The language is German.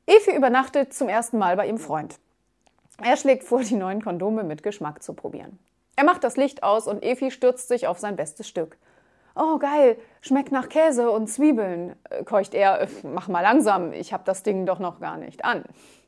Efi übernachtet zum ersten Mal bei ihrem Freund. Er schlägt vor, die neuen Kondome mit Geschmack zu probieren. Er macht das Licht aus und Efi stürzt sich auf sein bestes Stück. »Oh, geil, schmeckt nach Käse und Zwiebeln«, keucht er. »Mach mal langsam, ich hab das Ding doch noch gar nicht an.«